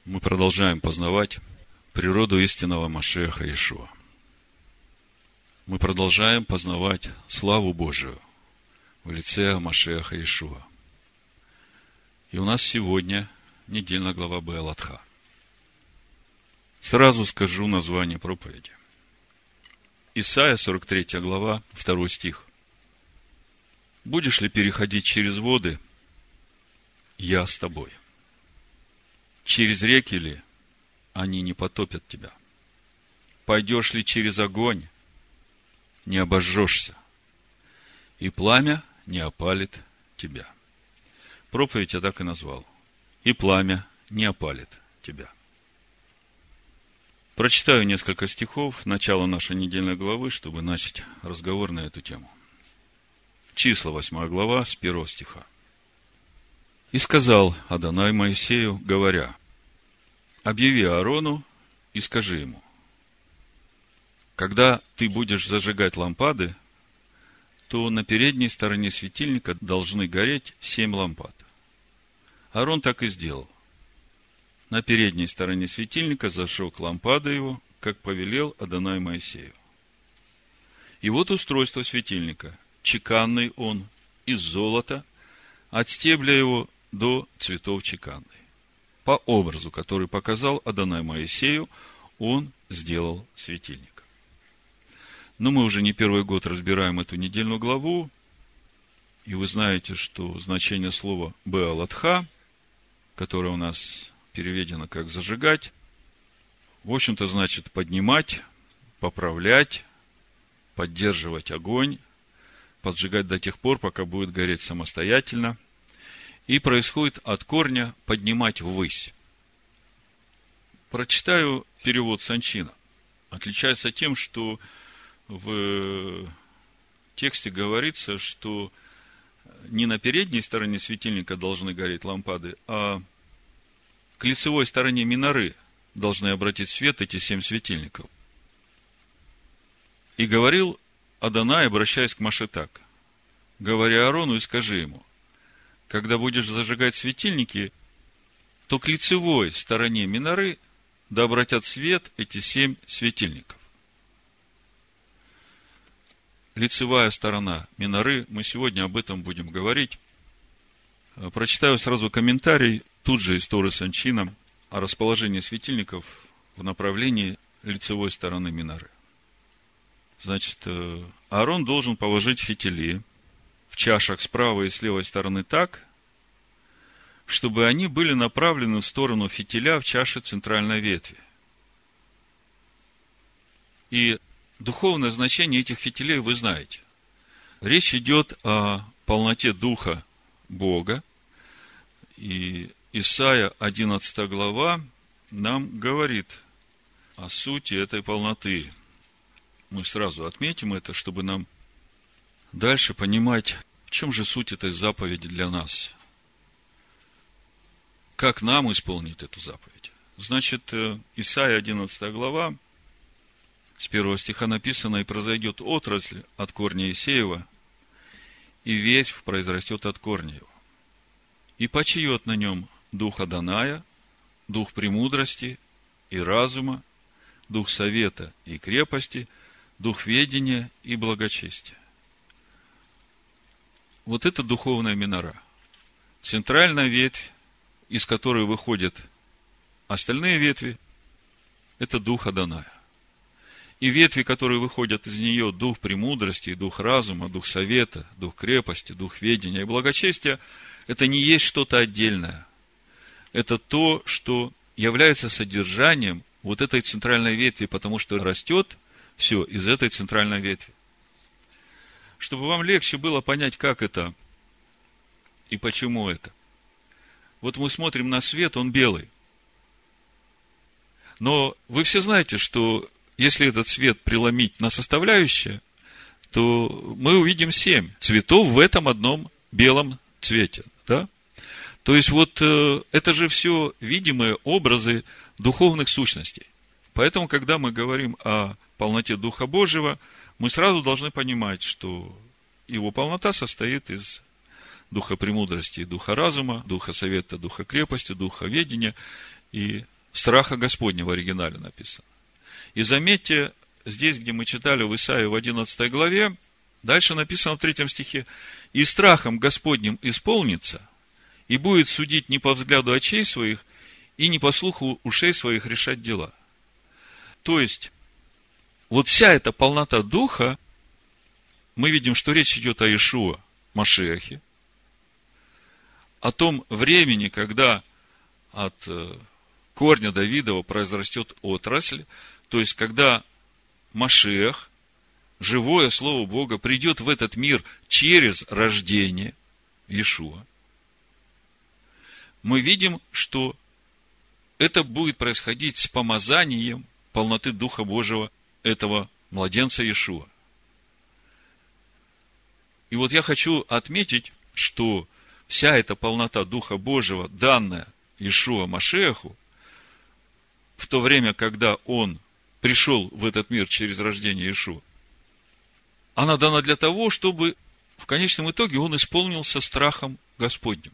Мы продолжаем познавать природу истинного Машиаха Иешуа. Мы продолжаем познавать славу Божию в лице Машиаха Иешуа. И у нас сегодня недельная глава Беалатха. Сразу скажу название проповеди. Исайя, 43 глава, 2 стих. «Будешь ли переходить через воды, я с тобой. Через реки ли, они не потопят тебя. Пойдешь ли через огонь, не обожжешься, и пламя не опалит тебя». Проповедь я так и назвал. «И пламя не опалит тебя». Прочитаю несколько стихов, начало нашей недельной главы, чтобы начать разговор на эту тему. Числа, 8 глава, с 1 стиха. «И сказал Адонай Моисею, говоря: объяви Аарону и скажи ему: когда ты будешь зажигать лампады, то на передней стороне светильника должны гореть 7 лампад. Аарон так и сделал. На передней стороне светильника зажег лампады его, как повелел Адонай Моисею. И вот устройство светильника. Чеканный он, из золота, от стебля его до цветов чеканной. По образу, который показал Адонай Моисею, он сделал светильник». Но мы уже не первый год разбираем эту недельную главу, и вы знаете, что значение слова «беалатха», которое у нас переведено как «зажигать», в общем-то, значит поднимать, поправлять, поддерживать огонь, поджигать до тех пор, пока будет гореть самостоятельно, и происходит от корня поднимать ввысь. Прочитаю перевод Санчина. Отличается тем, что в тексте говорится, что не на передней стороне светильника должны гореть лампады, а к лицевой стороне миноры должны обратить свет эти 7 светильников. И говорил Адонай, обращаясь к Моше, так: говори Аарону и скажи ему: когда будешь зажигать светильники, то к лицевой стороне миноры да обратят свет эти 7 светильников. Лицевая сторона миноры, мы сегодня об этом будем говорить. Прочитаю сразу комментарий, тут же из Торы Санчина, о расположении светильников в направлении лицевой стороны миноры. Значит, Аарон должен положить фитили в чашах с правой и с левой стороны так, чтобы они были направлены в сторону фитиля в чаше центральной ветви. И духовное значение этих фитилей вы знаете. Речь идет о полноте Духа Бога. И Исайя, 11 глава, нам говорит о сути этой полноты. Мы сразу отметим это, чтобы нам дальше понимать, в чем же суть этой заповеди для нас. Как нам исполнить эту заповедь? Значит, Исайя, 11 глава, с 1 стиха написано: «И произойдет отрасль от корня Иисеева, и ветвь произрастет от корня его. И почиет на нем дух Адоная, дух премудрости и разума, дух совета и крепости, дух ведения и благочестия». Вот это духовная минора. Центральная ветвь, из которой выходят остальные ветви, это дух Адоная. И ветви, которые выходят из нее, дух премудрости, дух разума, дух совета, дух крепости, дух ведения и благочестия, это не есть что-то отдельное. Это то, что является содержанием вот этой центральной ветви, потому что растет все из этой центральной ветви. Чтобы вам легче было понять, как это и почему это. Вот мы смотрим на свет, он белый. Но вы все знаете, что если этот цвет преломить на составляющие, то мы увидим 7 цветов в этом одном белом цвете. Да? То есть, вот это же все видимые образы духовных сущностей. Поэтому, когда мы говорим о полноте Духа Божьего, мы сразу должны понимать, что его полнота состоит из духа премудрости, духа разума, духа совета, духа крепости, духа ведения и страха Господня в оригинале написано. И заметьте, здесь, где мы читали в Исаии в 11 главе, дальше написано в 3 стихе: «И страхом Господним исполнится, и будет судить не по взгляду очей своих, и не по слуху ушей своих решать дела». То есть, вот вся эта полнота Духа, мы видим, что речь идет о Иешуа Машиахе, о том времени, когда от корня Давидова произрастет отрасль, то есть, когда Машиах, живое Слово Бога, придет в этот мир через рождение Иешуа, мы видим, что это будет происходить с помазанием полноты Духа Божьего этого младенца Иешуа. И вот я хочу отметить, что вся эта полнота Духа Божьего, данная Иешуа Машиаху, в то время, когда он пришел в этот мир через рождение Иешуа, она дана для того, чтобы в конечном итоге он исполнился страхом Господним.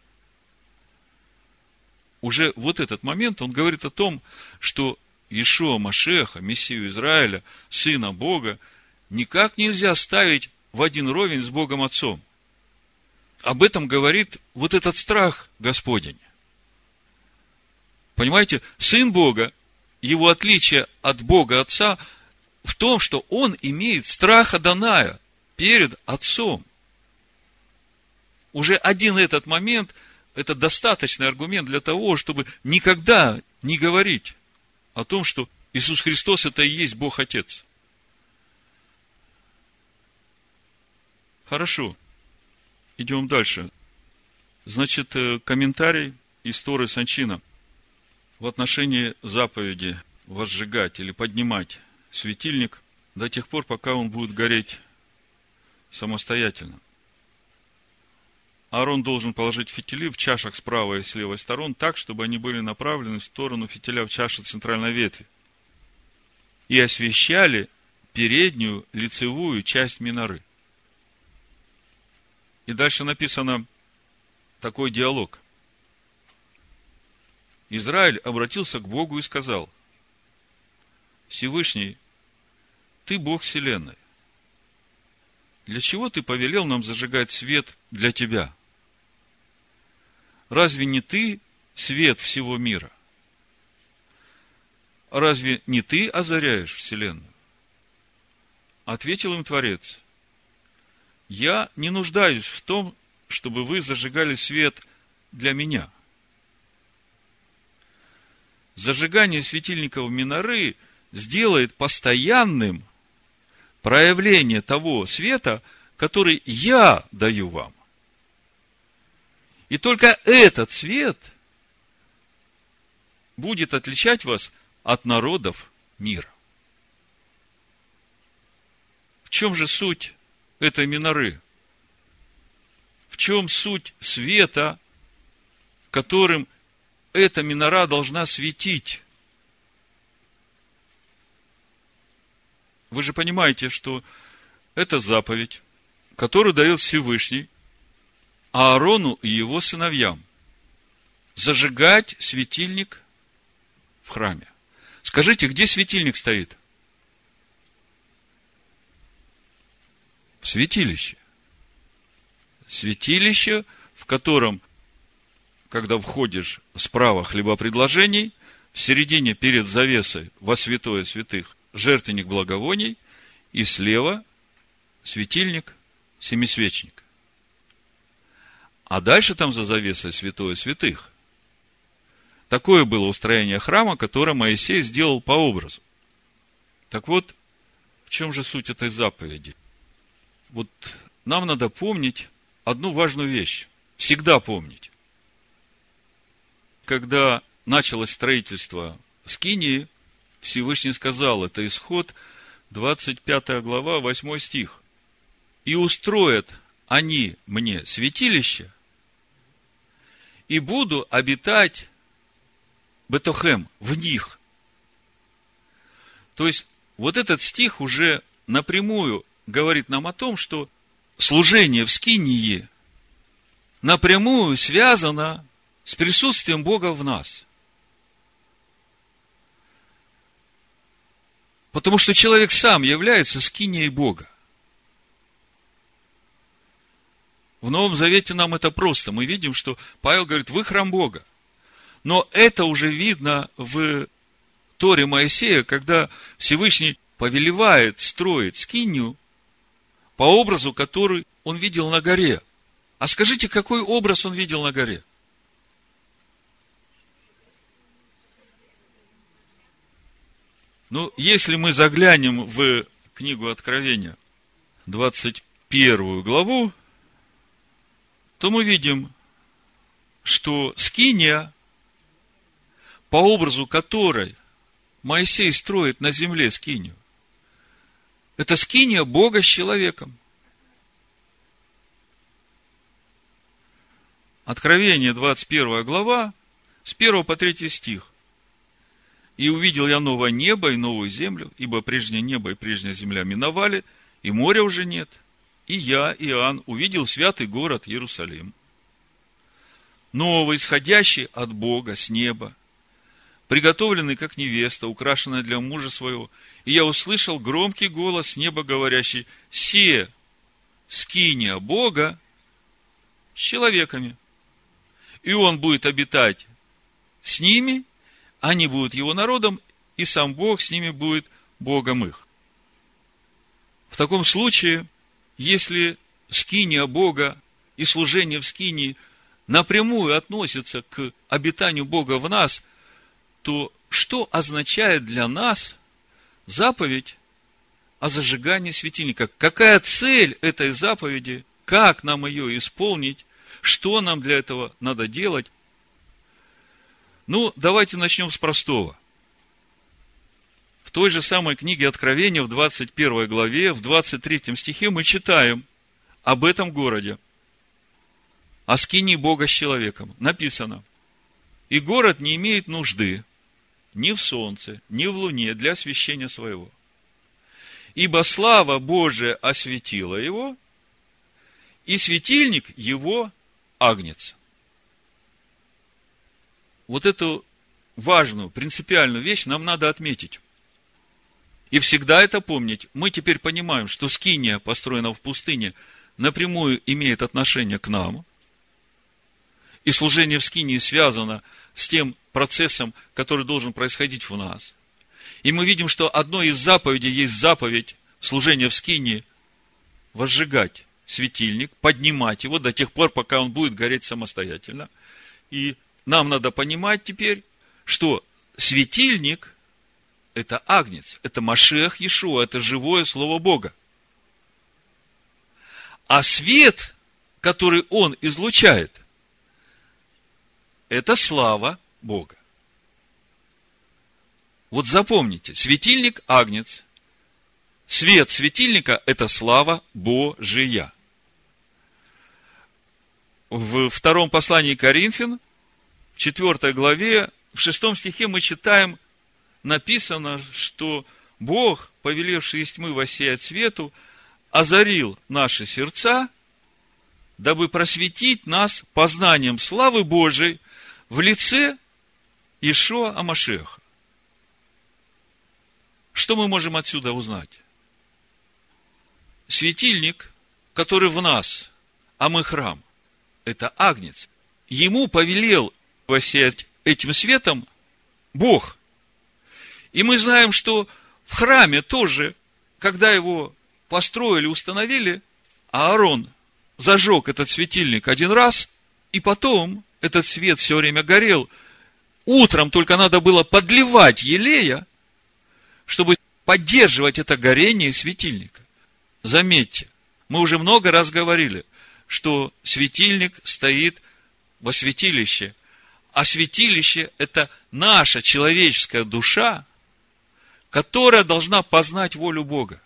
Уже вот этот момент, он говорит о том, что Иешуа Машиаха, Мессию Израиля, Сына Бога, никак нельзя ставить в один ровень с Богом Отцом. Об этом говорит вот этот страх Господень. Понимаете, Сын Бога, его отличие от Бога Отца в том, что он имеет страх Адоная перед Отцом. Уже один этот момент – это достаточный аргумент для того, чтобы никогда не говорить о том, что Иисус Христос – это и есть Бог Отец. Хорошо. Идем дальше. Значит, комментарий из Торы Санчина в отношении заповеди возжигать или поднимать светильник до тех пор, пока он будет гореть самостоятельно. Аарон должен положить фитили в чашах с правой и с левой сторон так, чтобы они были направлены в сторону фитиля в чаше центральной ветви и освещали переднюю лицевую часть миноры. И дальше написано такой диалог. Израиль обратился к Богу и сказал: Всевышний, Ты Бог вселенной. Для чего Ты повелел нам зажигать свет для Тебя? Разве не Ты свет всего мира? Разве не Ты озаряешь вселенную? Ответил им Творец: Я не нуждаюсь в том, чтобы вы зажигали свет для меня. Зажигание светильников миноры сделает постоянным проявление того света, который я даю вам. И только этот свет будет отличать вас от народов мира. В чем же суть этой миноры? В чем суть света, которым эта минора должна светить? Вы же понимаете, что это заповедь, которую дает Всевышний Аарону и его сыновьям. Зажигать светильник в храме. Скажите, где светильник стоит? В святилище. Святилище, в котором, когда входишь справа хлебопредложений, в середине перед завесой во святое святых жертвенник благовоний, и слева светильник семисвечник. А дальше там за завесой святое святых. Такое было устроение храма, которое Моисей сделал по образу. Так вот, в чем же суть этой заповеди? Вот нам надо помнить одну важную вещь. Всегда помнить. Когда началось строительство скинии, Всевышний сказал, это Исход, 25 глава, 8 стих. И устроят они мне святилище, и буду обитать Бетохем, в них. То есть, вот этот стих уже напрямую говорит нам о том, что служение в скинии напрямую связано с присутствием Бога в нас. Потому что человек сам является скинией Бога. В Новом Завете нам это просто. Мы видим, что Павел говорит, вы храм Бога. Но это уже видно в Торе Моисея, когда Всевышний повелевает строить скинию по образу, который он видел на горе. А скажите, какой образ он видел на горе? Ну, если мы заглянем в книгу Откровения, 21 главу, то мы видим, что скиния, по образу которой Моисей строит на земле скинию, это скиния Бога с человеком. Откровение, 21 глава, с 1 по 3 стих. «И увидел я новое небо и новую землю, ибо прежнее небо и прежняя земля миновали, и моря уже нет. И я, Иоанн, увидел святый город Иерусалим, новый, исходящий от Бога с неба, приготовленный, как невеста, украшенная для мужа своего. И я услышал громкий голос с неба, говорящий: се скиния Бога с человеками, и он будет обитать с ними, они будут его народом, и сам Бог с ними будет Богом их». В таком случае, если скиния Бога и служение в скинии напрямую относятся к обитанию Бога в нас, то что означает для нас заповедь о зажигании светильника? Какая цель этой заповеди? Как нам ее исполнить? Что нам для этого надо делать? Ну, давайте начнем с простого. В той же самой книге Откровения, в 21 главе, в 23 стихе мы читаем об этом городе, о скинии Бога с человеком. Написано: «И город не имеет нужды ни в солнце, ни в луне для освещения своего, ибо слава Божия осветила его, и светильник его агнец». Вот эту важную, принципиальную вещь нам надо отметить. И всегда это помнить. Мы теперь понимаем, что скиния, построена в пустыне, напрямую имеет отношение к нам. И служение в скинии связано с тем процессом, который должен происходить в нас. И мы видим, что одной из заповедей есть заповедь служения в скинии: возжигать светильник, поднимать его до тех пор, пока он будет гореть самостоятельно. И нам надо понимать теперь, что светильник – это агнец, это Машиах Иешуа, это живое Слово Бога. А свет, который он излучает, это слава Бога. Вот запомните, светильник – агнец, свет светильника – это слава Божия. В втором послании к Коринфянам, в 4 главе, в 6 стихе мы читаем, написано, что Бог, повелевший из тьмы воссеять свету, озарил наши сердца, дабы просветить нас познанием славы Божией в лице Иешуа ха-Машиаха. Что мы можем отсюда узнать? Светильник, который в нас, а мы храм, это агнец. Ему повелел воссеять этим светом Бог. И мы знаем, что в храме тоже, когда его построили, установили, Аарон зажег этот светильник один раз, и потом этот свет все время горел. Утром только надо было подливать елея, чтобы поддерживать это горение светильника. Заметьте, мы уже много раз говорили, что светильник стоит во святилище, а святилище – это наша человеческая душа, которая должна познать волю Бога,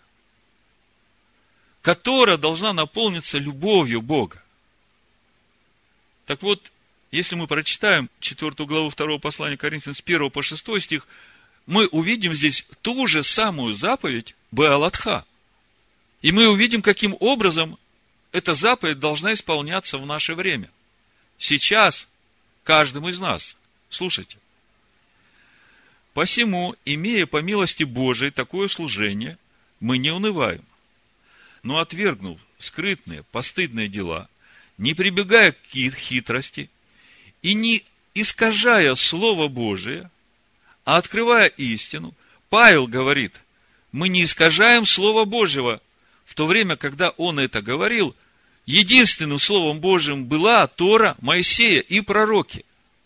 которая должна наполниться любовью Бога. Так вот, если мы прочитаем 4 главу 2 послания Коринфянам с 1 по 6 стих, мы увидим здесь ту же самую заповедь Беалатха. И мы увидим, каким образом эта заповедь должна исполняться в наше время. Сейчас каждым из нас. Слушайте. Посему, имея по милости Божией такое служение, мы не унываем, но отвергнув скрытные, постыдные дела, не прибегая к хитрости и не искажая Слово Божие, а открывая истину, Павел говорит, мы не искажаем Слово Божьего. В то время, когда он это говорил, единственным Словом Божьим была Тора, Моисея и пророки.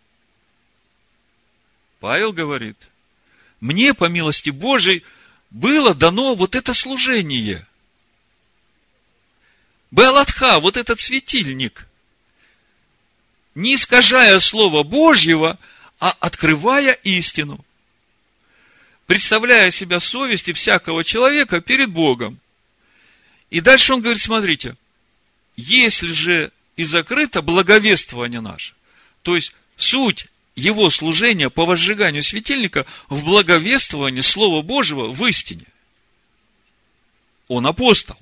Павел говорит, мне, по милости Божией, было дано вот это служение. Беалатха, вот этот светильник, не искажая Слова Божьего, а открывая истину, представляя себя совести всякого человека перед Богом. И дальше он говорит, смотрите, если же и закрыто благовествование наше, то есть суть его служения по возжиганию светильника в благовествовании Слова Божьего в истине. Он апостол.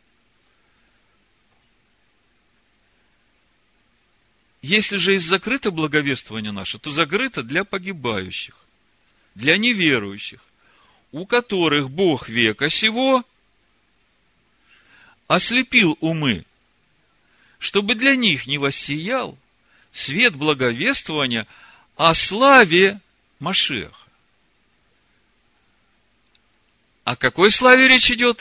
Если же и закрыто благовествование наше, то закрыто для погибающих, для неверующих, у которых Бог века сего ослепил умы, чтобы для них не воссиял свет благовествования о славе Машиаха. О какой славе речь идет?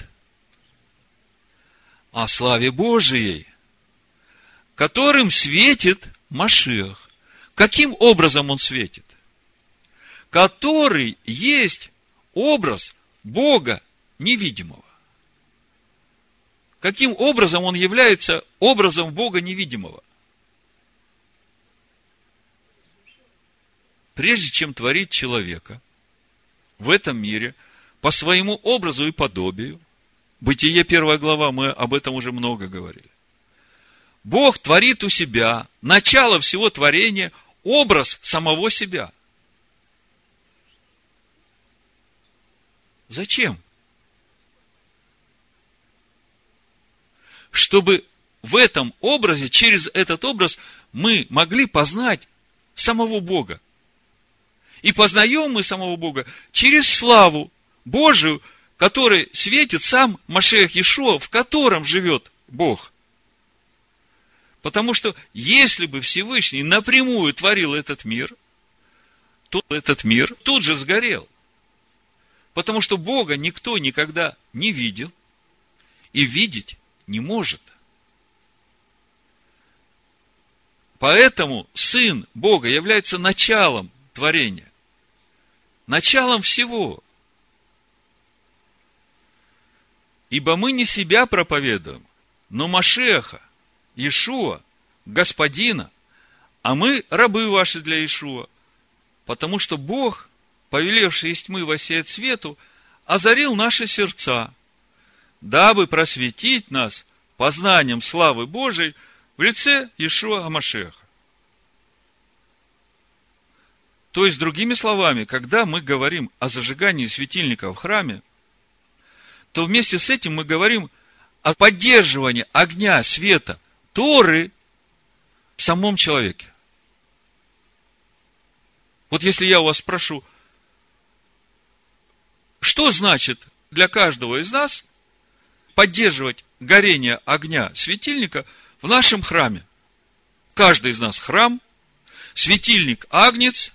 О славе Божией, которым светит Машиах. Каким образом он светит? Который есть образ Бога невидимого. Каким образом он является образом Бога невидимого? Прежде чем творить человека в этом мире по своему образу и подобию, Бытие 1 глава, мы об этом уже много говорили, Бог творит у себя, начало всего творения, образ самого себя. Зачем? Чтобы в этом образе, через этот образ, мы могли познать самого Бога. И познаем мы самого Бога через славу Божию, которой светит сам Машиах Иешуа, в котором живет Бог. Потому что, если бы Всевышний напрямую творил этот мир, то этот мир тут же сгорел. Потому что Бога никто никогда не видел и видеть не может. Поэтому Сын Бога является началом творения. Началом всего. Ибо мы не себя проповедуем, но Машиаха, Иешуа, Господина, а мы рабы ваши для Иешуа, потому что Бог, повелевший из тьмы воссеять свету, озарил наши сердца, дабы просветить нас познанием славы Божией в лице Иешуа ха-Машиаха. То есть, другими словами, когда мы говорим о зажигании светильника в храме, то вместе с этим мы говорим о поддерживании огня, света, Торы в самом человеке. Вот если я у вас спрошу, что значит для каждого из нас поддерживать горение огня светильника в нашем храме? Каждый из нас храм, светильник агнец,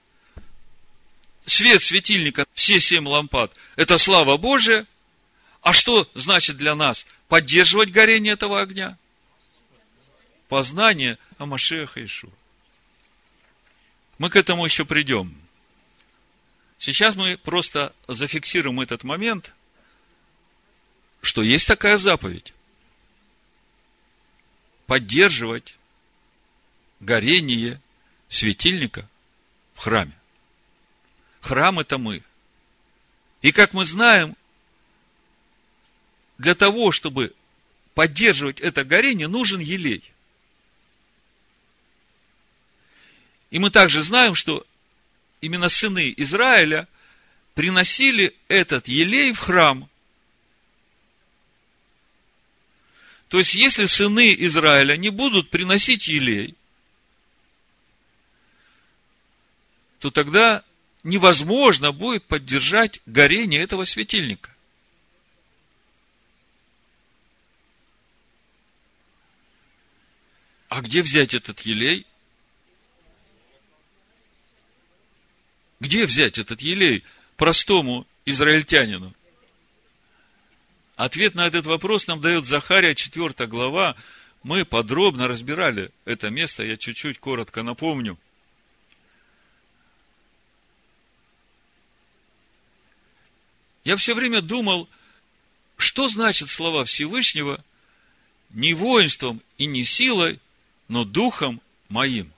свет светильника, все 7 лампад, это слава Божия. А что значит для нас поддерживать горение этого огня? Познание о Машиахе Иешуа. Мы к этому еще придем. Сейчас мы просто зафиксируем этот момент, что есть такая заповедь. Поддерживать горение светильника в храме. Храм – это мы. И как мы знаем, для того, чтобы поддерживать это горение, нужен елей. И мы также знаем, что именно сыны Израиля приносили этот елей в храм. То есть, если сыны Израиля не будут приносить елей, то тогда невозможно будет поддержать горение этого светильника. А где взять этот елей? Где взять этот елей простому израильтянину? Ответ на этот вопрос нам дает Захария, 4 глава. Мы подробно разбирали это место, я чуть-чуть коротко напомню. Я все время думал, что значит слова Всевышнего «не воинством и не силой, но духом моим».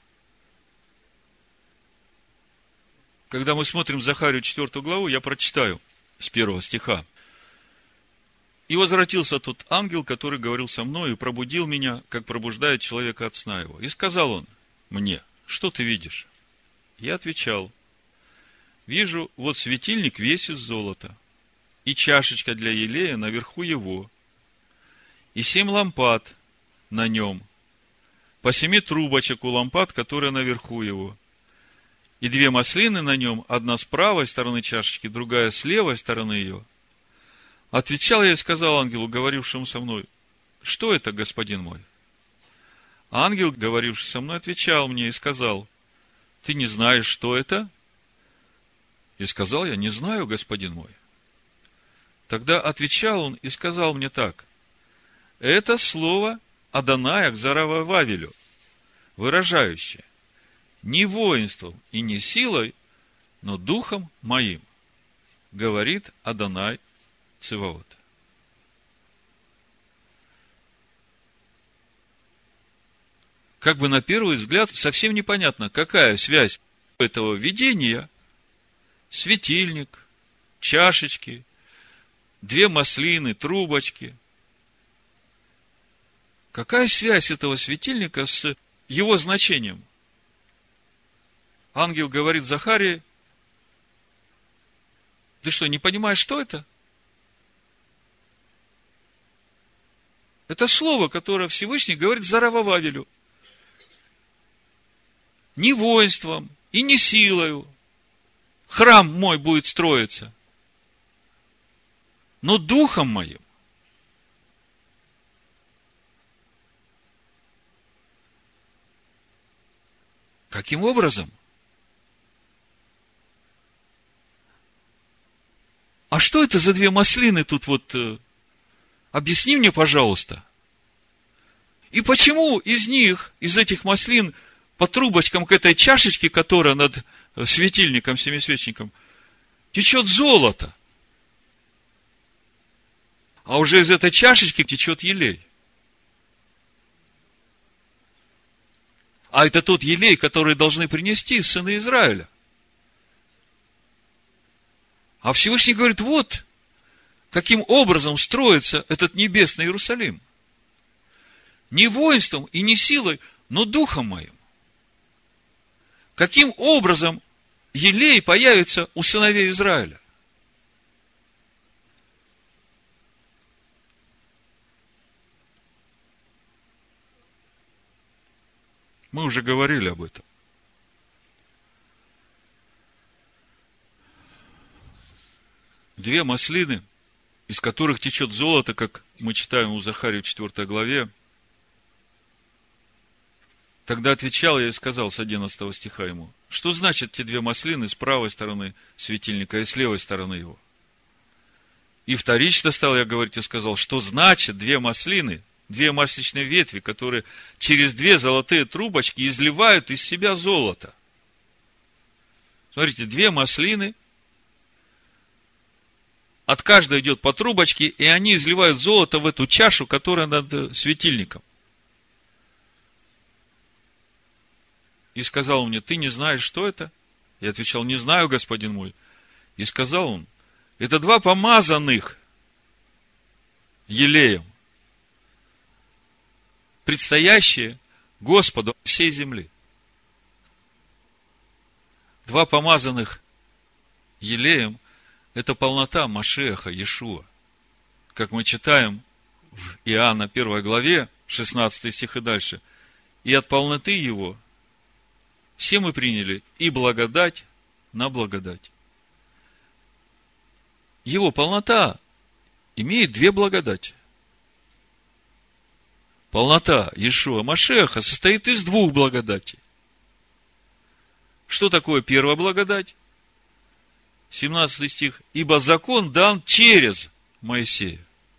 Когда мы смотрим Захарию 4 главу, я прочитаю с 1 стиха. «И возвратился тот ангел, который говорил со мной, и пробудил меня, как пробуждает человека от сна его. И сказал он мне: что ты видишь? Я отвечал: вижу, вот светильник весь из золота, и чашечка для елея наверху его, и 7 лампад на нем, по 7 трубочек у лампад, которые наверху его, и 2 маслины на нем, одна с правой стороны чашечки, другая с левой стороны ее. Отвечал я и сказал ангелу, говорившему со мной: что это, господин мой? Ангел, говоривший со мной, отвечал мне и сказал: ты не знаешь, что это? И сказал я: не знаю, господин мой. Тогда отвечал он и сказал мне так: это слово Адоная к Заравававелю, выражающее: не воинством и не силой, но духом моим, говорит Адонай Цеваот. Как бы на первый взгляд совсем непонятно, какая связь этого видения: светильник, чашечки, 2 маслины, трубочки. Какая связь этого светильника с его значением? Ангел говорит Захарии: ты что, не понимаешь, что это? Это слово, которое Всевышний говорит Заравававелю. Не воинством и не силою храм мой будет строиться, но духом моим. Каким образом? А что это за 2 маслины тут вот? Объясни мне, пожалуйста. И почему из них, из этих маслин, по трубочкам к этой чашечке, которая над светильником, семисвечником, течет золото? А уже из этой чашечки течет елей. А это тот елей, который должны принести сыны Израиля. А Всевышний говорит: вот каким образом строится этот небесный Иерусалим. Не воинством и не силой, но духом моим. Каким образом елей появится у сыновей Израиля? Мы уже говорили об этом. Две маслины, из которых течет золото, как мы читаем у Захарии в 4 главе. Тогда отвечал я и сказал с 11 стиха ему: что значит те 2 маслины с правой стороны светильника и с левой стороны его? И вторично стал я говорить и сказал: что значит 2 маслины, 2 масличные ветви, которые через 2 золотые трубочки изливают из себя золото. Смотрите, 2 маслины, от каждой идет по трубочке, и они изливают золото в эту чашу, которая над светильником. И сказал он мне: ты не знаешь, что это? Я отвечал: не знаю, господин мой. И сказал он: это 2 помазанных елеем, предстоящие Господу всей земли. 2 помазанных елеем — это полнота Машиаха Иешуа. Как мы читаем в Иоанна 1 главе, 16 стих и дальше. И от полноты его все мы приняли и благодать на благодать. Его полнота имеет две благодати. Полнота Иешуа Машиаха состоит из двух благодатей. Что такое первая благодать? 17 стих. Ибо закон дан через Моисея.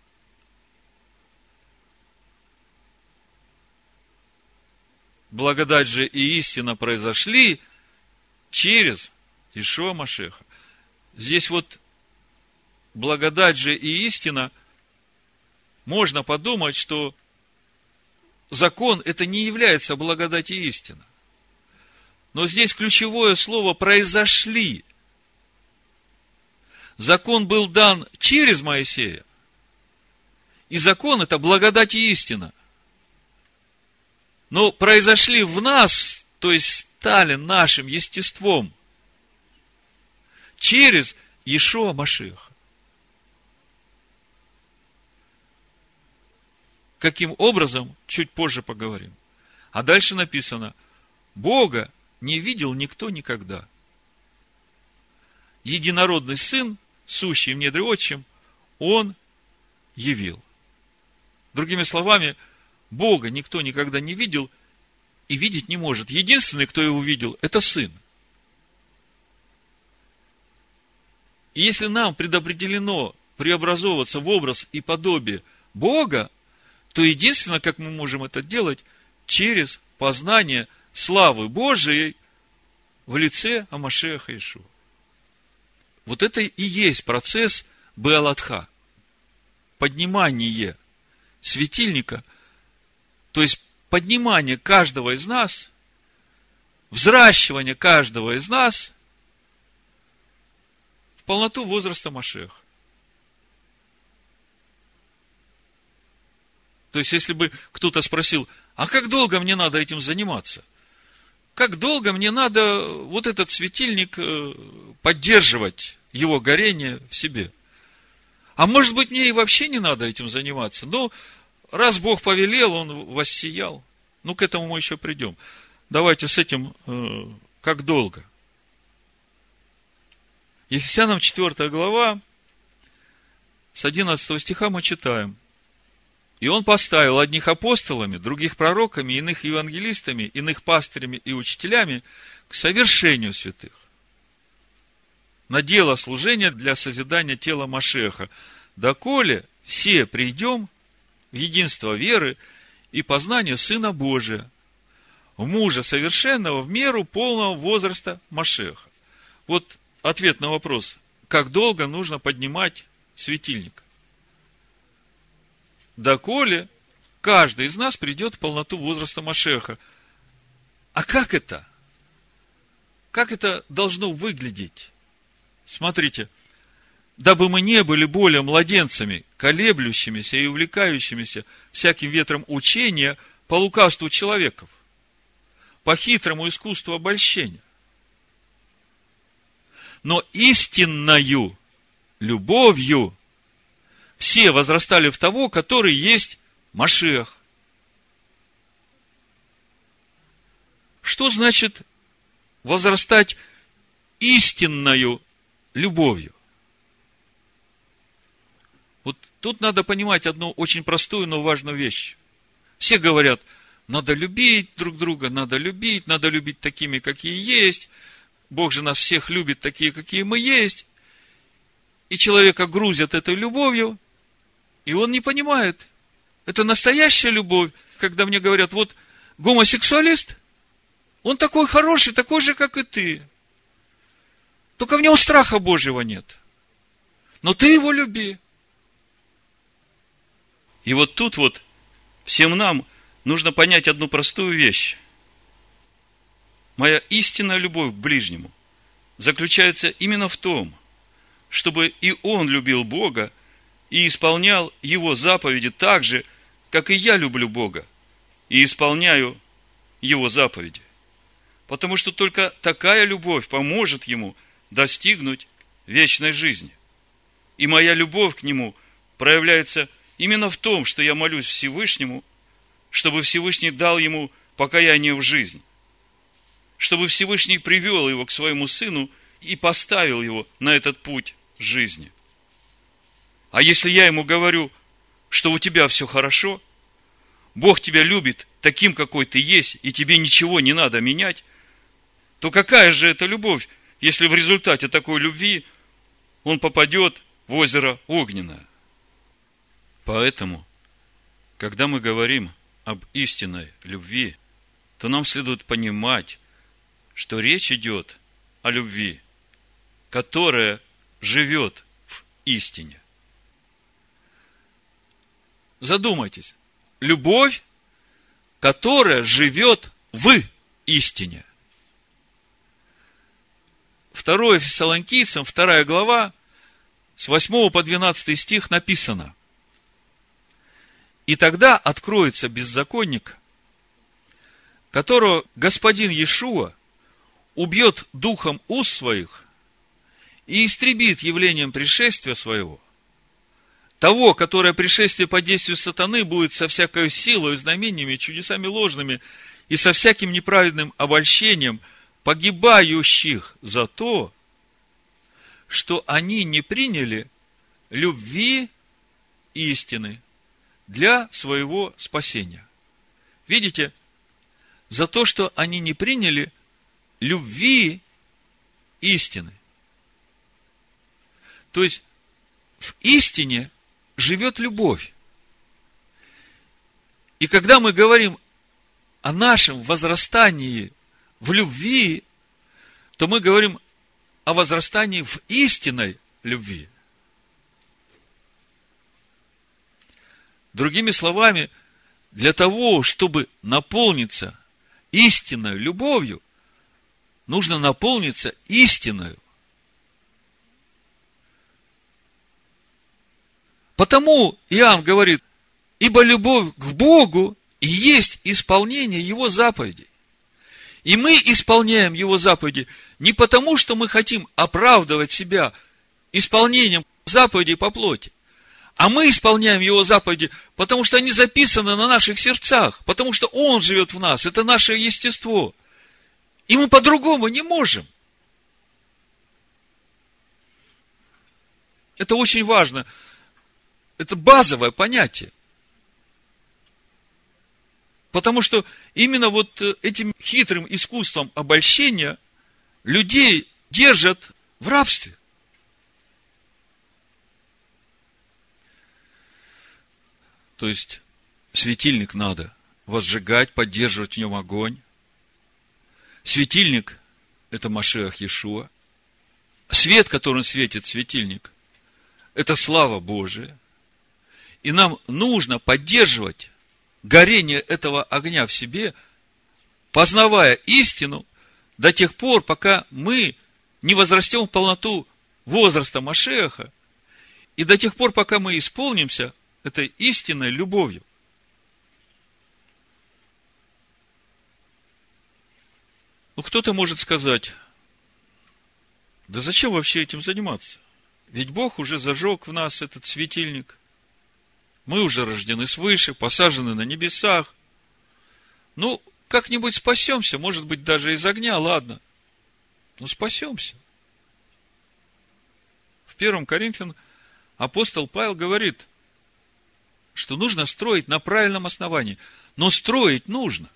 Благодать же и истина произошли через Иешуа Машиаха. Здесь вот благодать же и истина, можно подумать, что закон это не является благодать и истина. Но здесь ключевое слово «произошли». Закон был дан через Моисея. И закон это благодать и истина. Но произошли в нас, то есть стали нашим естеством, через Иешуа Машиаха. Каким образом, чуть позже поговорим. А дальше написано, Бога не видел никто никогда. Единородный Сын, сущий в недре Отчим, Он явил. Другими словами, Бога никто никогда не видел и видеть не может. Единственный, кто его видел, это Сын. И если нам предопределено преобразовываться в образ и подобие Бога, то единственное, как мы можем это делать, через познание славы Божией в лице Амашеха Иешуа. Вот это и есть процесс Беалатха. Поднимание светильника, то есть поднимание каждого из нас, взращивание каждого из нас в полноту возраста Машеха. То есть, если бы кто-то спросил, а как долго мне надо этим заниматься? Как долго мне надо вот этот светильник поддерживать, его горение в себе? А может быть, мне и вообще не надо этим заниматься? Ну, раз Бог повелел, Он воссиял. Ну, к этому мы еще придем. Давайте с этим, как долго? Ефесянам 4 глава, с 11 стиха мы читаем. И Он поставил одних апостолами, других пророками, иных евангелистами, иных пастырями и учителями к совершению святых, на дело служения для созидания тела Машеха, доколе все придем в единство веры и познание Сына Божия, в мужа совершенного в меру полного возраста Машеха. Вот ответ на вопрос, как долго нужно поднимать светильник. Доколе каждый из нас придет в полноту возраста Машеха. А как это? Как это должно выглядеть? Смотрите. Дабы мы не были более младенцами, колеблющимися и увлекающимися всяким ветром учения по лукавству человеков, по хитрому искусству обольщения, но истинною любовью все возрастали в того, который есть Машиах. Что значит возрастать истинною любовью? Вот тут надо понимать одну очень простую, но важную вещь. Все говорят, надо любить друг друга, надо любить такими, какие есть. Бог же нас всех любит такие, какие мы есть. И человека грузят этой любовью, и он не понимает. Это настоящая любовь, когда мне говорят, вот гомосексуалист, он такой хороший, такой же, как и ты. Только в нем страха Божьего нет. Но ты его люби. И вот тут вот всем нам нужно понять одну простую вещь. Моя истинная любовь к ближнему заключается именно в том, чтобы и он любил Бога и исполнял Его заповеди так же, как и я люблю Бога и исполняю Его заповеди. Потому что только такая любовь поможет Ему достигнуть вечной жизни. И моя любовь к Нему проявляется именно в том, что я молюсь Всевышнему, чтобы Всевышний дал Ему покаяние в жизнь, чтобы Всевышний привел его к своему Сыну и поставил его на этот путь жизни. А если я ему говорю, что у тебя все хорошо, Бог тебя любит таким, какой ты есть, и тебе ничего не надо менять, то какая же это любовь, если в результате такой любви он попадет в озеро огненное? Поэтому, когда мы говорим об истинной любви, то нам следует понимать, что речь идет о любви, которая живет в истине. Задумайтесь. Любовь, которая живет в истине. 2 Фессалоникийцам, 2 глава, с 8 по 12 стих написано: «И тогда откроется беззаконник, которого Господин Иешуа убьет духом уст своих и истребит явлением пришествия своего, того, которое пришествие по действию сатаны будет со всякой силой, знамениями, чудесами ложными и со всяким неправедным обольщением погибающих за то, что они не приняли любви истины для своего спасения». Видите? За то, что они не приняли любви истины. То есть, в истине живет любовь. И когда мы говорим о нашем возрастании в любви, то мы говорим о возрастании в истинной любви. Другими словами, для того, чтобы наполниться истинной любовью, нужно наполниться истиною. Потому Иоанн говорит: ибо любовь к Богу и есть исполнение Его заповедей. И мы исполняем Его заповеди не потому, что мы хотим оправдывать себя исполнением заповедей по плоти, а мы исполняем Его заповеди, потому что они записаны на наших сердцах, потому что Он живет в нас, это наше естество. И мы по-другому не можем. Это очень важно. Это базовое понятие. Потому что именно вот этим хитрым искусством обольщения людей держат в рабстве. То есть, светильник надо возжигать, поддерживать в нем огонь. Светильник – это Машиах Иешуа. Свет, которым светит светильник, это слава Божия. И нам нужно поддерживать горение этого огня в себе, познавая истину до тех пор, пока мы не возрастем в полноту возраста Машиаха, и до тех пор, пока мы исполнимся этой истинной любовью. Ну, кто-то может сказать: да зачем вообще этим заниматься? Ведь Бог уже зажег в нас этот светильник. Мы уже рождены свыше, посажены на небесах. Ну, как-нибудь спасемся, может быть, даже из огня, ладно. Ну, спасемся. В 1 Коринфянам апостол Павел говорит, что нужно строить на правильном основании. Но строить нужно.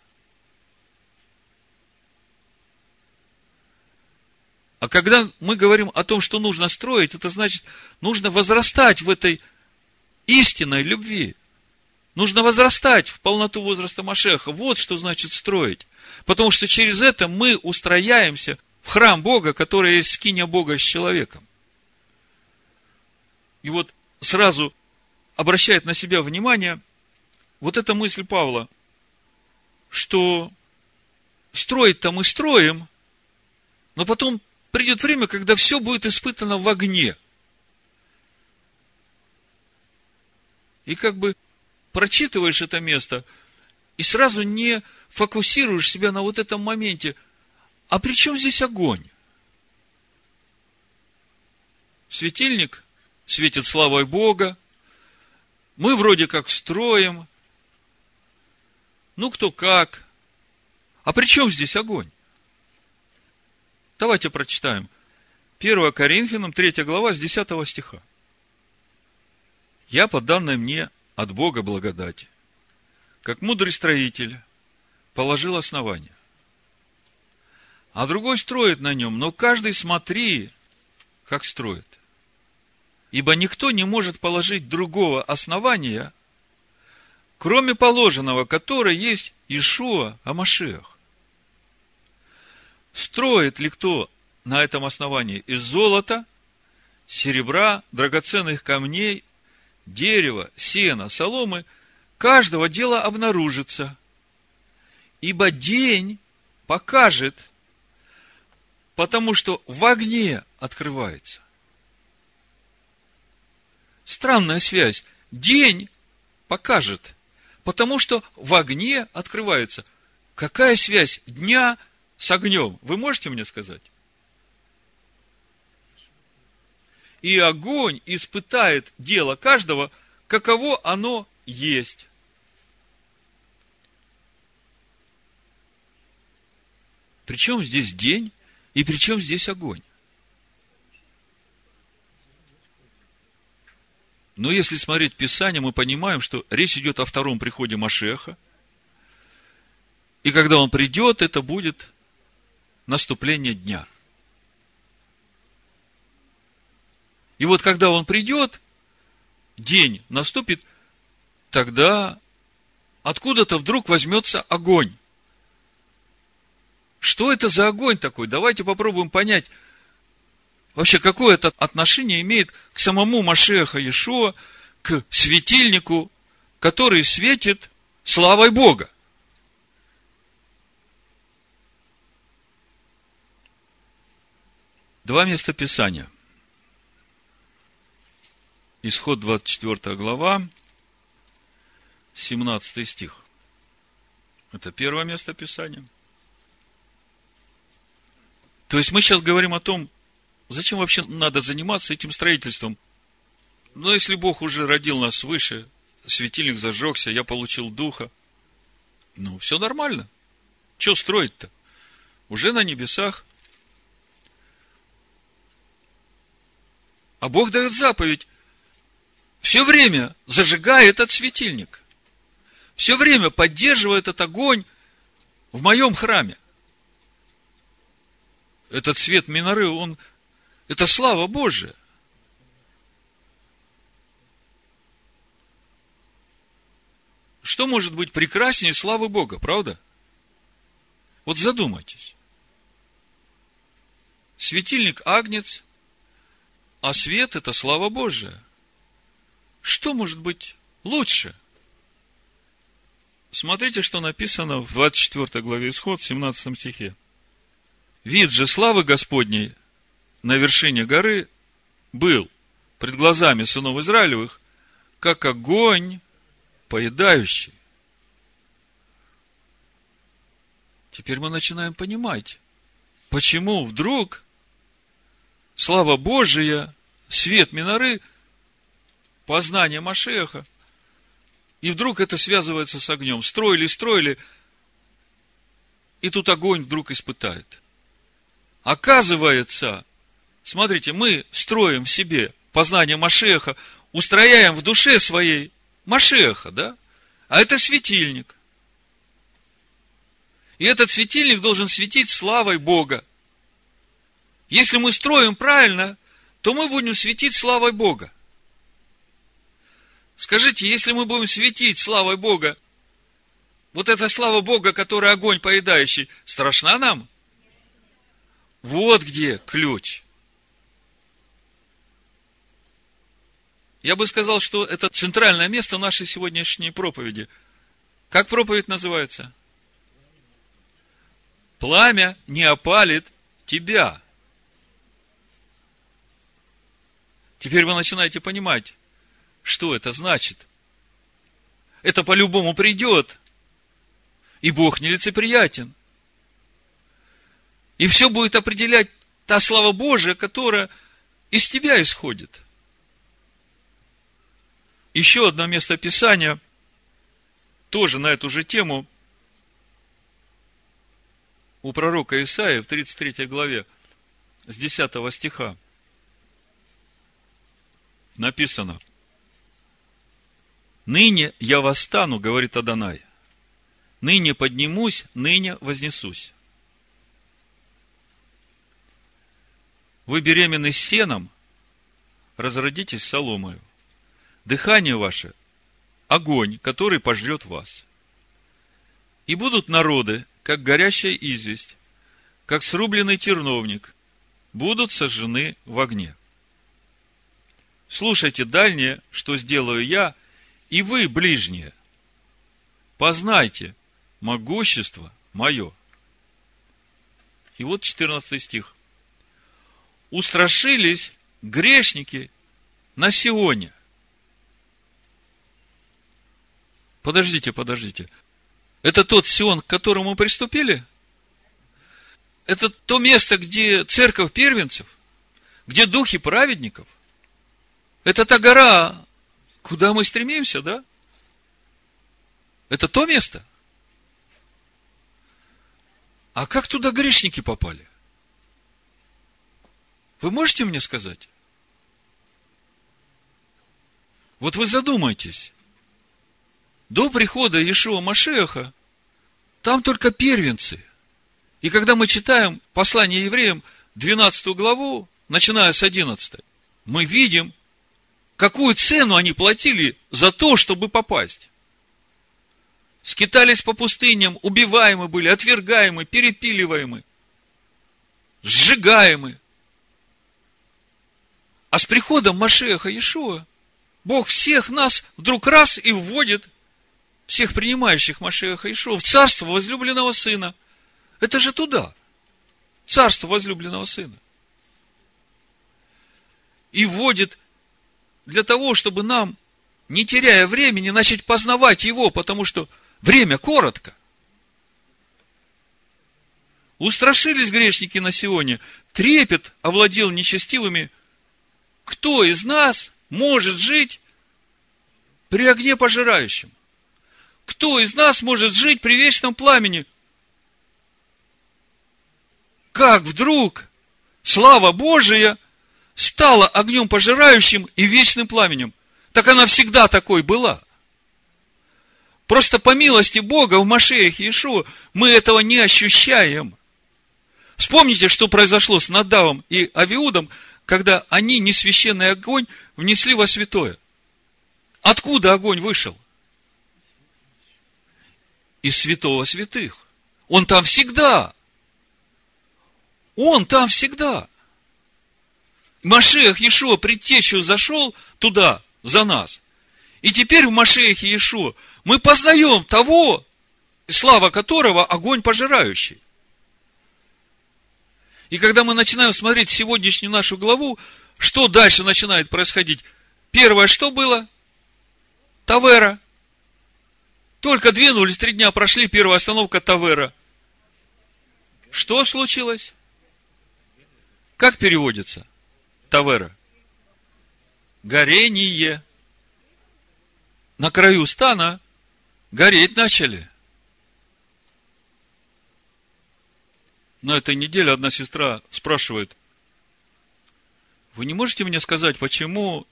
А когда мы говорим о том, что нужно строить, это значит, нужно возрастать в этой истинной любви. Нужно возрастать в полноту возраста Машиаха. Вот что значит строить. Потому что через это мы устрояемся в храм Бога, который есть скиния Бога с человеком. И вот сразу обращает на себя внимание вот эта мысль Павла, что строить-то мы строим, но потом придет время, когда все будет испытано в огне. И как бы прочитываешь это место, и сразу не фокусируешь себя на вот этом моменте. А при чем здесь огонь? Светильник светит славой Бога. Мы вроде как строим. Ну, кто как. А при чем здесь огонь? Давайте прочитаем 1 Коринфянам, 3 глава, с 10 стиха. «Я, по данной мне от Бога благодати, как мудрый строитель, положил основание. А другой строит на нем, но каждый смотри, как строит. Ибо никто не может положить другого основания, кроме положенного, которое есть Иешуа ха-Машиах. Строит ли кто на этом основании из золота, серебра, драгоценных камней, дерева, сена, соломы, каждого дела обнаружится. Ибо день покажет, потому что в огне открывается». Странная связь. День покажет, потому что в огне открывается. Какая связь дня с огнем? Вы можете мне сказать? И огонь испытает дело каждого, каково оно есть. Причем здесь день и причем здесь огонь? Но если смотреть Писание, мы понимаем, что речь идет о втором приходе Машиаха. И когда он придет, это будет наступление дня. И вот когда он придет, день наступит, тогда откуда-то вдруг возьмется огонь. Что это за огонь такой? Давайте попробуем понять, вообще, какое это отношение имеет к самому Машиаху Иешуа, к светильнику, который светит славой Бога. Два места Писания. Исход 24 глава, 17 стих. Это первое место Писания. То есть мы сейчас говорим о том, зачем вообще надо заниматься этим строительством. Но если Бог уже родил нас свыше, светильник зажегся, я получил Духа, все нормально. Что строить-то? Уже на небесах. А Бог дает заповедь. Все время зажигай этот светильник. Все время поддерживай этот огонь в моем храме. Этот свет миноры, это слава Божия. Что может быть прекраснее славы Бога, правда? Вот задумайтесь. Светильник Агнец, а свет – это слава Божия. Что может быть лучше? Смотрите, что написано в 24 главе Исход, 17 стихе. «Вид же славы Господней на вершине горы был пред глазами сынов Израилевых, как огонь поедающий». Теперь мы начинаем понимать, почему вдруг слава Божия, свет миноры, познание Машиаха, и вдруг это связывается с огнем. Строили, и тут огонь вдруг испытает. Оказывается, смотрите, мы строим в себе познание Машиаха, устрояем в душе своей Машиаха, да? А это светильник. И этот светильник должен светить славой Бога. Если мы строим правильно, то мы будем светить славой Бога. Скажите, если мы будем светить славой Бога, вот эта слава Бога, которая огонь поедающий, страшна нам? Вот где ключ. Я бы сказал, что это центральное место нашей сегодняшней проповеди. Как проповедь называется? Пламя не опалит тебя. Теперь вы начинаете понимать, что это значит. Это по-любому придет. И Бог нелицеприятен. И все будет определять та слава Божия, которая из тебя исходит. Еще одно место Писания, тоже на эту же тему, у пророка Исаии в 33 главе, с 10 стиха написано: «Ныне я восстану, говорит Адонай, ныне поднимусь, ныне вознесусь». Вы беременны сеном, разродитесь соломою. Дыхание ваше – огонь, который пожрет вас. И будут народы, как горящая известь, как срубленный терновник, будут сожжены в огне. Слушайте дальнее, что сделаю я, и вы, ближние, познайте могущество мое. И вот 14 стих. Устрашились грешники на Сионе. Подождите. Это тот Сион, к которому приступили? Это то место, где церковь первенцев, где духи праведников. Это та гора, куда мы стремимся, да? Это то место. А как туда грешники попали? Вы можете мне сказать? Вот вы задумайтесь. До прихода Иешуа Машиаха там только первенцы. И когда мы читаем послание евреям, 12 главу, начиная с 11, мы видим, какую цену они платили за то, чтобы попасть. Скитались по пустыням, убиваемы были, отвергаемы, перепиливаемы, сжигаемы. А с приходом Машиаха Иешуа Бог всех нас вдруг раз и вводит, всех принимающих Машиаха Иешуа, в царство возлюбленного Сына. Это же туда. Царство возлюбленного Сына. И вводит для того, чтобы нам, не теряя времени, начать познавать Его, потому что время коротко. Устрашились грешники на Сионе, трепет овладел нечестивыми. Кто из нас может жить при огне пожирающем? Кто из нас может жить при вечном пламени? Как вдруг слава Божия стала огнем пожирающим и вечным пламенем? Так она всегда такой была. Просто по милости Бога в Машиахе Иешуа мы этого не ощущаем. Вспомните, что произошло с Надавом и Авиудом, когда они несвященный огонь внесли во святое. Откуда огонь вышел? Из святого святых. Он там всегда. Он там всегда. Машиах Иешуа предтечью зашел туда за нас. И теперь в Машиахе Иешуа мы познаем того, слава которого огонь пожирающий. И когда мы начинаем смотреть сегодняшнюю нашу главу, что дальше начинает происходить? Первое, что было? Тавера. Только двинулись, 3 дня прошли, первая остановка Тавера. Что случилось? Как переводится? Тавера. Горение. На краю стана гореть начали. На этой неделе одна сестра спрашивает: вы не можете мне сказать, почему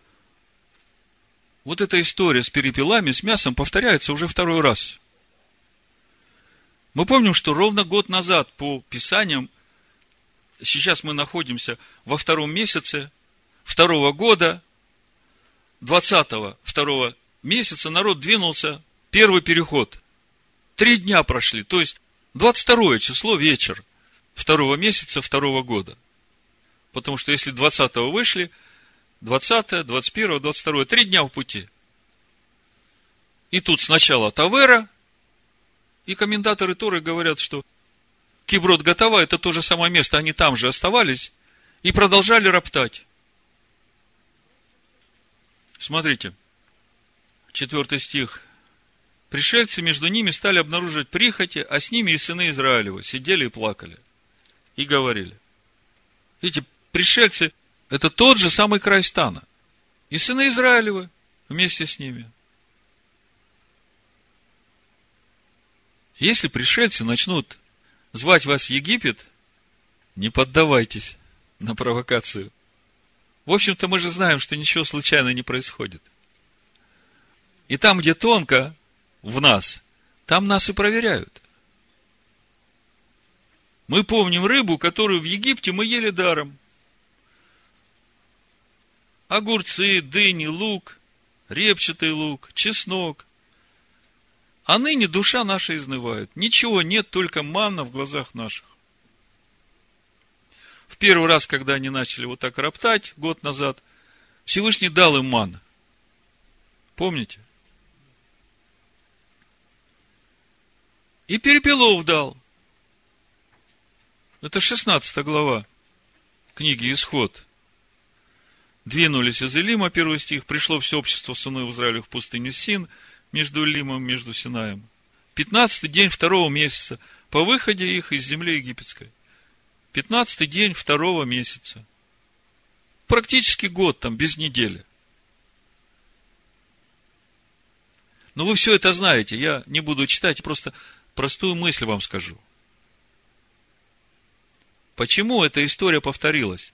вот эта история с перепелами, с мясом повторяется уже 2-й раз? Мы помним, что ровно год назад по Писаниям, сейчас мы находимся во 2-м месяце 2-го года, 20-го 2-го месяца народ двинулся, первый переход. 3 дня прошли, то есть 22 число, вечер 2-го месяца 2-го года. Потому что если 20-го вышли, 20-е, 21-е, 22-е, 3 дня в пути. И тут сначала Тавера, и комментаторы Торы говорят, что Киброт Гатава, это то же самое место, они там же оставались и продолжали роптать. Смотрите, 4 стих. Пришельцы между ними стали обнаруживать прихоти, а с ними и сыны Израилевы сидели и плакали. И говорили. Видите, пришельцы – это тот же самый край стана. И сыны Израилевы вместе с ними. Если пришельцы начнут звать вас в Египет, не поддавайтесь. на провокацию. В общем-то, мы же знаем, что ничего случайно не происходит. И там, где тонко в нас, там нас и проверяют. Мы помним рыбу, которую в Египте мы ели даром. Огурцы, дыни, лук, репчатый лук, чеснок. А ныне душа наша изнывает. Ничего нет, только манна в глазах наших. В первый раз, когда они начали вот так роптать, год назад, Всевышний дал им манну. Помните? И перепелов дал. Это 16 глава книги Исход. Двинулись из Илима, 1 стих, пришло все общество сынов Израиля в пустыню Син, между Илимом, между Синаем. 15-й день 2-го месяца, по выходе их из земли египетской. 15-й день 2-го месяца. Практически год там, без недели. Но вы все это знаете, я не буду читать, просто простую мысль вам скажу. Почему эта история повторилась?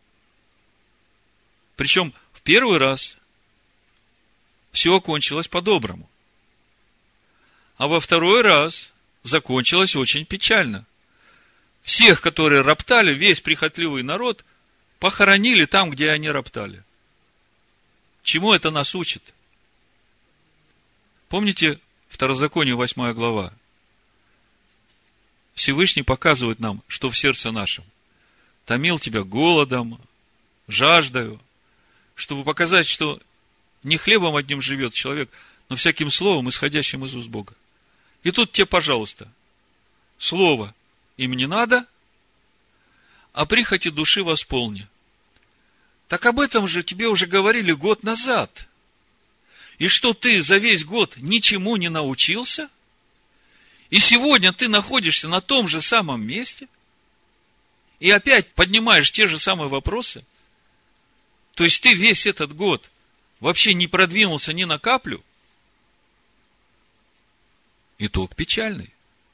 Причем в первый раз все окончилось по-доброму. А во второй раз закончилось очень печально. Всех, которые роптали, весь прихотливый народ, похоронили там, где они роптали. Чему это нас учит? Помните Второзаконие 8 глава? Всевышний показывает нам, что в сердце нашем. Томил тебя голодом, жаждою, чтобы показать, что не хлебом одним живет человек, но всяким словом, исходящим из уст Бога. И тут тебе, пожалуйста, слово им не надо, а прихоти души восполни. Так об этом же тебе уже говорили год назад. И что ты за весь год ничему не научился? И сегодня ты находишься на том же самом месте? И опять поднимаешь те же самые вопросы? То есть ты весь этот год вообще не продвинулся ни на каплю? Итог печальный.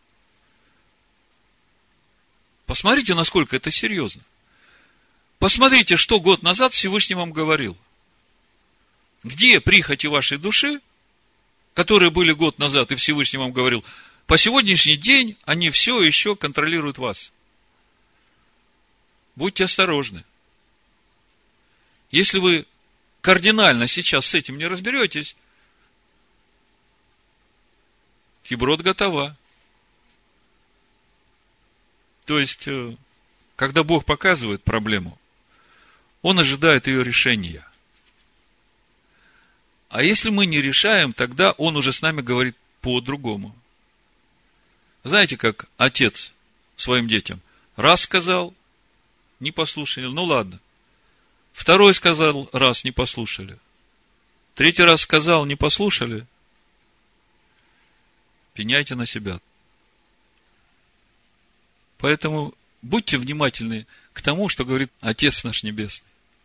Посмотрите, насколько это серьезно. Посмотрите, что год назад Всевышний вам говорил. Где прихоти вашей души, которые были год назад, и Всевышний вам говорил, по сегодняшний день они все еще контролируют вас. Будьте осторожны. Если вы кардинально сейчас с этим не разберетесь, киброд готова. То есть, когда Бог показывает проблему, Он ожидает ее решения. А если мы не решаем, тогда Он уже с нами говорит по-другому. Знаете, как отец своим детям раз сказал, не послушали, ну ладно. Второй сказал, раз, не послушали. Третий раз сказал, не послушали. Пеняйте на себя. Поэтому будьте внимательны к тому, что говорит Отец наш Небесный.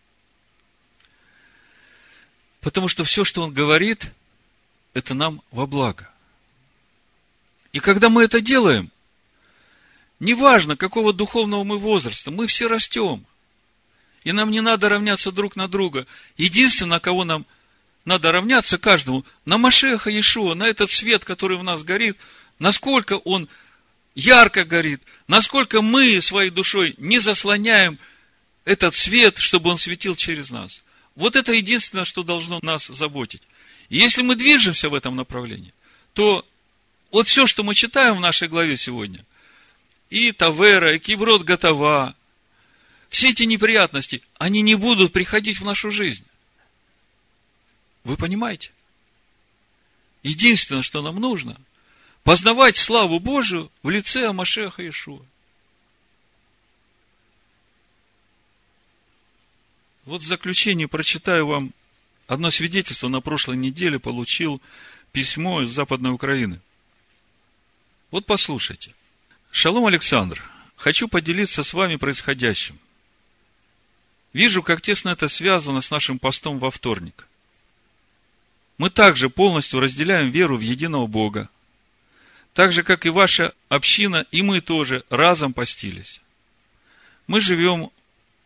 Потому что все, что Он говорит, это нам во благо. И когда мы это делаем, неважно, какого духовного мы возраста, мы все растем. И нам не надо равняться друг на друга. Единственное, на кого нам надо равняться каждому, на Машеха Иешуа, на этот свет, который в нас горит, насколько он ярко горит, насколько мы своей душой не заслоняем этот свет, чтобы он светил через нас. Вот это единственное, что должно нас заботить. И если мы движемся в этом направлении, то вот все, что мы читаем в нашей главе сегодня, и Тавера, и Киброд готова, все эти неприятности, они не будут приходить в нашу жизнь. Вы понимаете? Единственное, что нам нужно, познавать славу Божию в лице Машеха Иешуа. Вот в заключение прочитаю вам одно свидетельство. На прошлой неделе получил письмо из Западной Украины. Вот послушайте. Шалом, Александр. Хочу поделиться с вами происходящим. Вижу, как тесно это связано с нашим постом во вторник. Мы также полностью разделяем веру в единого Бога. Так же, как и ваша община, и мы тоже разом постились. Мы живем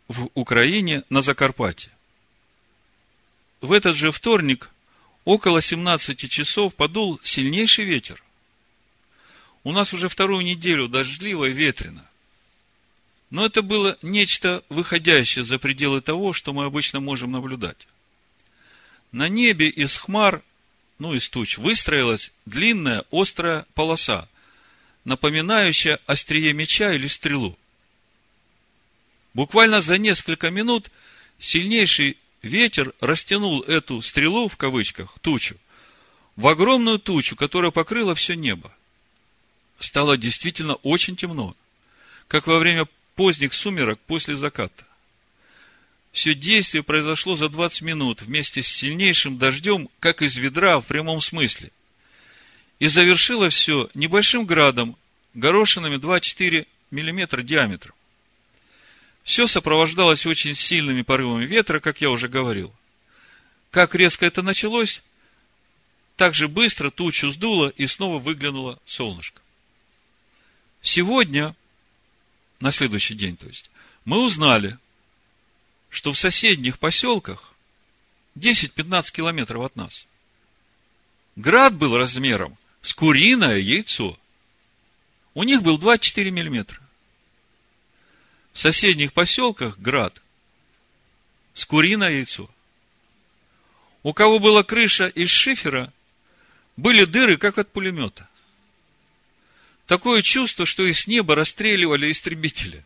в Украине на Закарпатье. В этот же вторник около 17 часов подул сильнейший ветер. У нас уже вторую неделю дождливо и ветрено. Но это было нечто выходящее за пределы того, что мы обычно можем наблюдать. На небе из хмар, из туч, выстроилась длинная острая полоса, напоминающая острие меча или стрелу. Буквально за несколько минут сильнейший ветер растянул эту стрелу, в кавычках, тучу, в огромную тучу, которая покрыла все небо. Стало действительно очень темно, как во время поздних сумерок после заката. Все действие произошло за 20 минут вместе с сильнейшим дождем, как из ведра в прямом смысле. И завершило все небольшим градом, горошинами 2-4 мм диаметром. Все сопровождалось очень сильными порывами ветра, как я уже говорил. Как резко это началось, так же быстро тучу сдуло и снова выглянуло солнышко. Сегодня, на следующий день, мы узнали, что в соседних поселках 10-15 километров от нас град был размером с куриное яйцо. У них был 24 миллиметра. В соседних поселках град с куриное яйцо. У кого была крыша из шифера, были дыры, как от пулемета. Такое чувство, что из неба расстреливали истребители.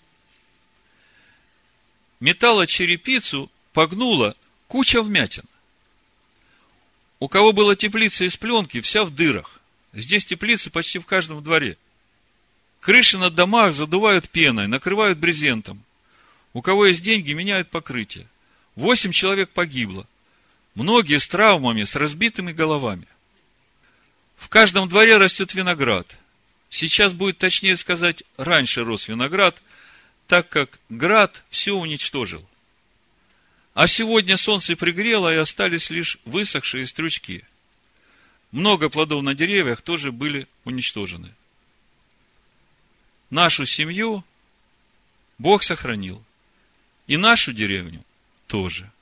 Металлочерепицу погнула куча вмятин. У кого была теплица из пленки, вся в дырах. Здесь теплицы почти в каждом дворе. Крыши на домах задувают пеной, накрывают брезентом. У кого есть деньги, меняют покрытие. 8 человек погибло. Многие с травмами, с разбитыми головами. В каждом дворе растет виноград. Сейчас будет точнее сказать, раньше рос виноград, так как град все уничтожил. А сегодня солнце пригрело, и остались лишь высохшие стручки. Много плодов на деревьях тоже были уничтожены. Нашу семью Бог сохранил. И нашу деревню тоже.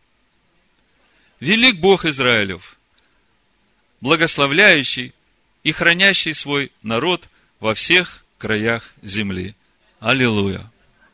Велик Бог Израилев, благословляющий и хранящий свой народ во всех краях земли. Аллилуйя.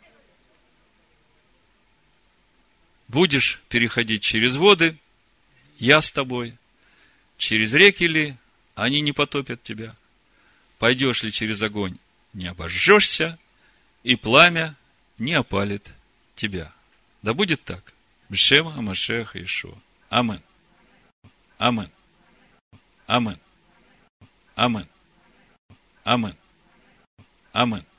Будешь переходить через воды, я с тобой. Через реки ли, они не потопят тебя. Пойдешь ли через огонь, не обожжешься, и пламя не опалит тебя. Да будет так. Бшем Машеха Иешуа. Амин. Амин. Амин. Амин. Амин. Амин.